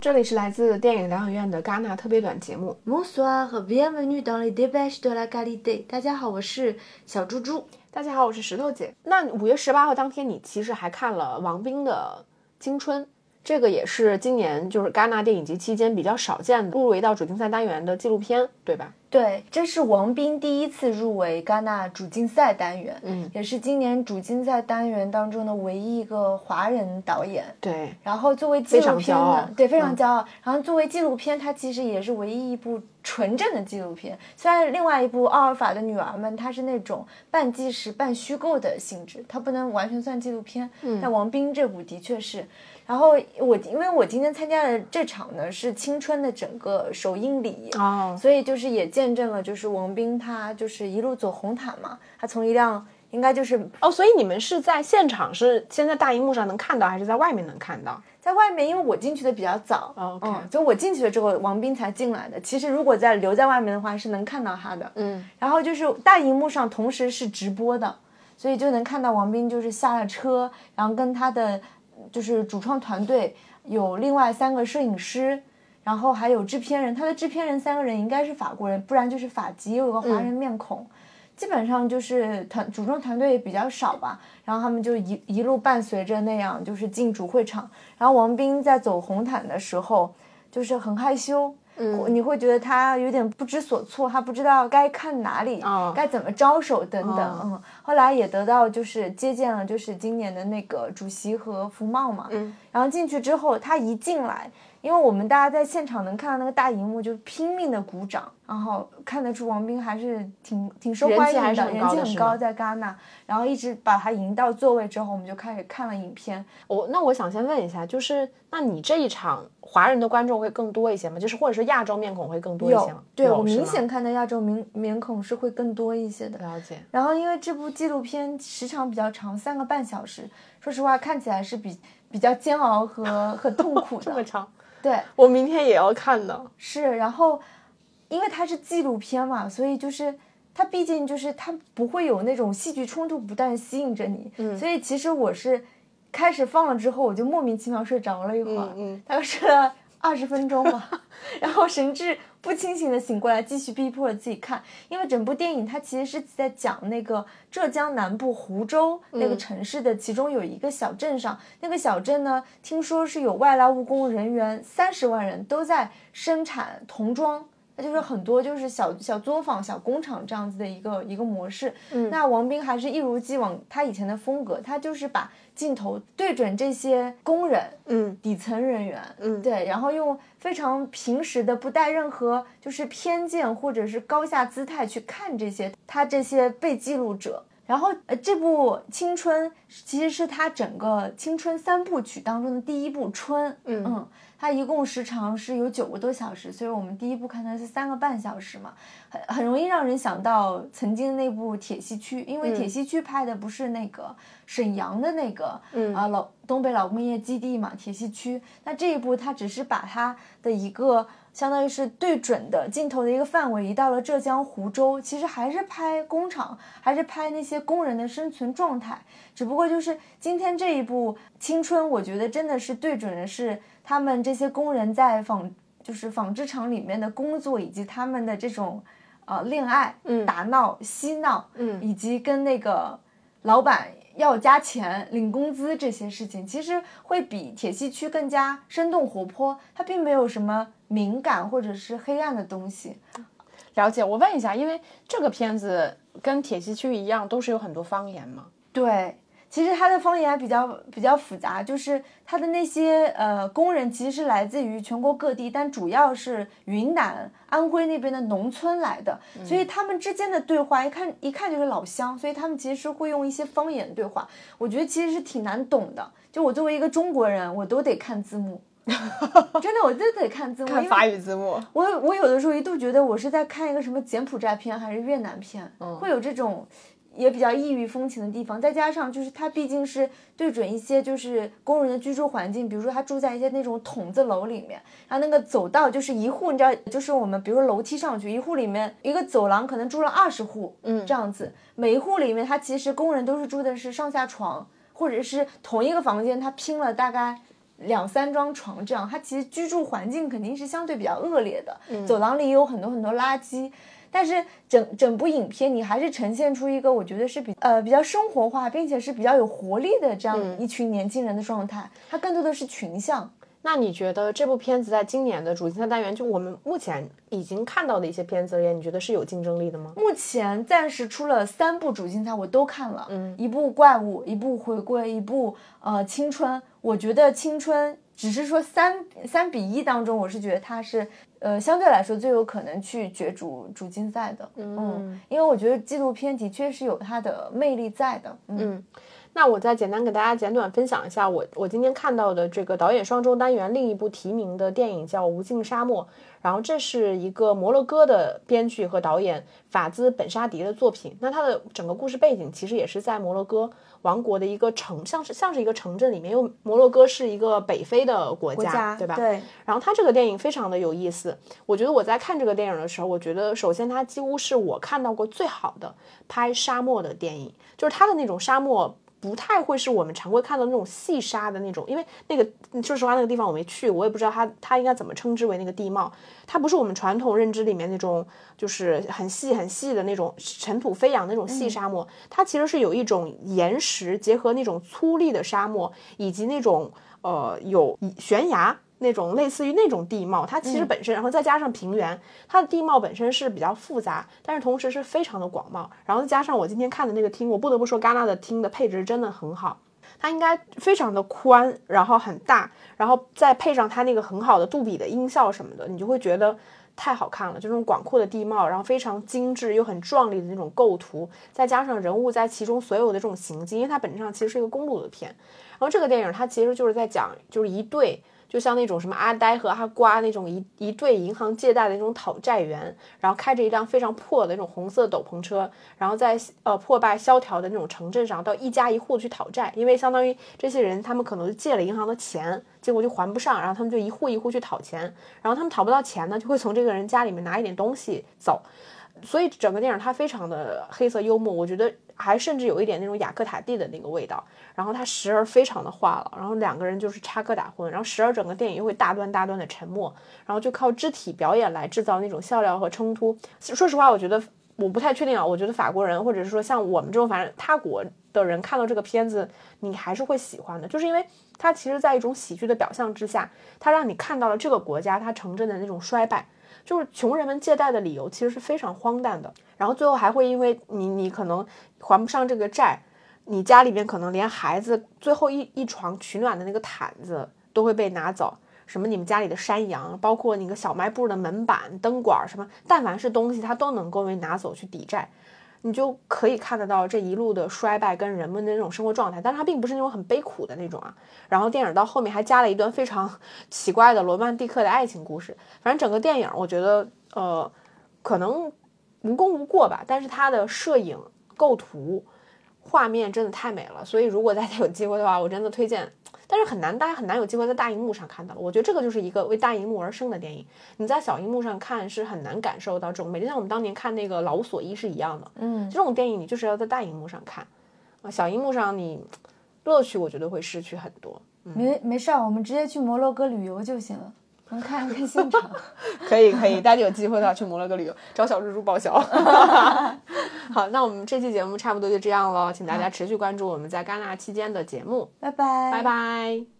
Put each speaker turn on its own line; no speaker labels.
这里是来自电影疗养院的戛纳特别短节目。
Bonsoir, bienvenue dans les débats de la qualité。大家好，我是小猪猪。
大家好，我是石头姐。那5月18号当天，你其实还看了王冰的《青春》，这个也是今年就是戛纳电影节期间比较少见的入围到主竞赛单元的纪录片，对吧？
对，这是王冰第一次入围戛纳主竞赛单元，也是今年主竞赛单元当中的唯一一个华人导演。
对，
然后作为纪录片呢，对，非常骄傲。然后作为纪录片，它其实也是唯一一部纯正的纪录片。虽然另外一部《奥尔法的女儿们》它是那种半纪实半虚构的性质，它不能完全算纪录片。但王冰这部的确是。然后因为我今天参加的这场呢是青春的整个首映礼，所以就是也见证了就是王冰他就是一路走红毯嘛，他从一辆应该就是
所以你们是在现场是先在大荧幕上能看到，还是在外面能看到？
在外面，因为我进去的比较早，所以我进去了之后，王冰才进来的。其实如果留在外面的话，是能看到他的。然后就是大荧幕上同时是直播的，所以就能看到王冰就是下了车，然后跟他的就是主创团队有另外3个摄影师，然后还有制片人，他的制片人3个人应该是法国人，不然就是法籍，有个华人面孔。基本上就是主创团队也比较少吧，然后他们就一路伴随着那样就是进主会场。然后王冰在走红毯的时候就是很害羞，你会觉得他有点不知所措，他不知道该看哪里，该怎么招手等等。后来也得到就是接见了就是今年的那个主席和福茂嘛，然后进去之后他一进来，因为我们大家在现场能看到那个大荧幕，就拼命的鼓掌，然后看得出王冰还是挺受欢迎的，人气很高在戛纳，然后一直把他引到座位之后，我们就开始看了影片。
那我想先问一下，就是那你这一场华人的观众会更多一些吗？就是或者说亚洲面孔会更多一些吗？
对，我明显看到亚洲面孔是会更多一些的。
了解。
然后因为这部纪录片时长比较长，3个半小时，说实话看起来是比较煎熬和痛苦的。
这么长？
对，
我明天也要看的。
是，然后因为它是纪录片嘛，所以就是它毕竟就是它不会有那种戏剧冲突不断吸引着你，所以其实我是开始放了之后，我就莫名其妙睡着了一会儿，大概睡了20分钟吧，然后神志不清醒的醒过来，继续逼迫着自己看。因为整部电影它其实是在讲那个浙江南部湖州那个城市的其中有一个小镇上，那个小镇呢，听说是有外来务工人员30万人都在生产童装。那就是很多就是小作坊、小工厂这样子的一个模式。那王冰还是一如既往他以前的风格，他就是把镜头对准这些工人，底层人员，对，然后用非常平实的、不带任何就是偏见或者是高下姿态去看这些被记录者。然后这部《青春》其实是他整个青春3部曲当中的第一部《春》，它一共时长是有9个多小时，所以我们第一部看的是3个半小时嘛，很容易让人想到曾经那部《铁西区》，因为《铁西区》拍的不是那个沈阳的那个东北老工业基地嘛，铁西区。那这一部它只是把它的一个相当于是对准的镜头的一个范围移到了浙江湖州，其实还是拍工厂，还是拍那些工人的生存状态，只不过就是今天这一部《青春》，我觉得真的是对准的是他们这些工人在纺织厂里面的工作，以及他们的这种恋爱、打闹、嬉闹，以及跟那个老板要加钱、领工资这些事情，其实会比铁西区更加生动活泼，它并没有什么敏感或者是黑暗的东西。
了解。我问一下，因为这个片子跟铁西区一样都是有很多方言吗？
对，其实它的方言还比较复杂，就是它的那些工人其实是来自于全国各地，但主要是云南、安徽那边的农村来的，所以他们之间的对话一看就是老乡，所以他们其实会用一些方言对话，我觉得其实是挺难懂的。就我作为一个中国人，我都得看字幕。真的，我真的得看字幕，
看法语字幕。
我有的时候一度觉得我是在看一个什么柬埔寨片还是越南片，会有这种也比较异域风情的地方。再加上就是它毕竟是对准一些就是工人的居住环境，比如说他住在一些那种筒子楼里面，然后那个走道就是一户，你知道，就是我们比如说楼梯上去，一户里面一个走廊可能住了20户，这样子，每一户里面他其实工人都是住的是上下床，或者是同一个房间他拼了大概 2-3张床这样，它其实居住环境肯定是相对比较恶劣的，走廊里也有很多垃圾。但是整部影片你还是呈现出一个我觉得是比较生活化，并且是比较有活力的这样一群年轻人的状态，它更多的是群像。
那你觉得这部片子在今年的主竞赛单元，就我们目前已经看到的一些片子而言，你觉得是有竞争力的吗？
目前暂时出了3部主竞赛，我都看了，一部怪物，一部回归，一部青春。我觉得青春只是说3比1当中，我是觉得它是相对来说最有可能去角逐主竞赛的，因为我觉得纪录片的确是有它的魅力在的，
那我再简单给大家简短分享一下我今天看到的这个导演双周单元另一部提名的电影叫《无尽沙漠》，然后这是一个摩洛哥的编剧和导演法兹本沙迪的作品。那它的整个故事背景其实也是在摩洛哥王国的一个像是一个城镇里面，因为摩洛哥是一个北非的国家，对吧？
对。
然后它这个电影非常的有意思，我觉得我在看这个电影的时候，我觉得首先它几乎是我看到过最好的拍沙漠的电影，就是它的那种沙漠不太会是我们常规看到那种细沙的那种，因为那个说实话那个地方我没去，我也不知道它应该怎么称之为那个地貌，它不是我们传统认知里面那种就是很细很细的那种尘土飞扬的那种细沙漠，它其实是有一种岩石结合那种粗砾的沙漠，以及那种有悬崖那种类似于那种地貌，它其实本身然后再加上平原，它的地貌本身是比较复杂，但是同时是非常的广袤，然后再加上我今天看的那个厅，我不得不说戛纳的厅的配置真的很好，它应该非常的宽，然后很大，然后再配上它那个很好的杜比的音效什么的，你就会觉得太好看了，这种广阔的地貌，然后非常精致又很壮丽的那种构图，再加上人物在其中所有的这种行迹，因为它本质上其实是一个公路的片，然后这个电影它其实就是在讲就是一对就像那种什么阿呆和阿瓜那种一对银行借贷的那种讨债员，然后开着一辆非常破的那种红色斗篷车，然后在破败萧条的那种城镇上到一家一户去讨债，因为相当于这些人他们可能借了银行的钱，结果就还不上，然后他们就一户一户去讨钱，然后他们讨不到钱呢，就会从这个人家里面拿一点东西走，所以整个电影它非常的黑色幽默，我觉得还甚至有一点那种雅克塔蒂的那个味道，然后它时而非常的话了，然后两个人就是插科打诨，然后时而整个电影又会大段大段的沉默，然后就靠肢体表演来制造那种笑料和冲突。说实话我觉得我不太确定啊，我觉得法国人或者是说像我们这种反正他国的人看到这个片子你还是会喜欢的，就是因为它其实在一种喜剧的表象之下，它让你看到了这个国家它城镇的那种衰败，就是穷人们借贷的理由其实是非常荒诞的，然后最后还会因为你可能还不上这个债，你家里面可能连孩子最后一床取暖的那个毯子都会被拿走，什么你们家里的山羊，包括那个小卖部的门板灯管什么，但凡是东西它都能够被拿走去抵债，你就可以看得到这一路的衰败跟人们的那种生活状态，但是它并不是那种很悲苦的那种啊。然后电影到后面还加了一段非常奇怪的罗曼蒂克的爱情故事，反正整个电影我觉得可能无功无过吧，但是它的摄影构图画面真的太美了，所以如果大家有机会的话我真的推荐，但是大家很难有机会在大荧幕上看到了，我觉得这个就是一个为大荧幕而生的电影，你在小荧幕上看是很难感受到这种美，就像我们当年看那个老无所依是一样的，这种电影你就是要在大荧幕上看，小荧幕上你乐趣我觉得会失去很多。
没事，我们直接去摩洛哥旅游就行了，能看现场。
可以，大家有机会的话去摩洛哥旅游，找小猪猪报销。好，那我们这期节目差不多就这样了，请大家持续关注我们在戛纳期间的节目。
拜拜，
拜拜。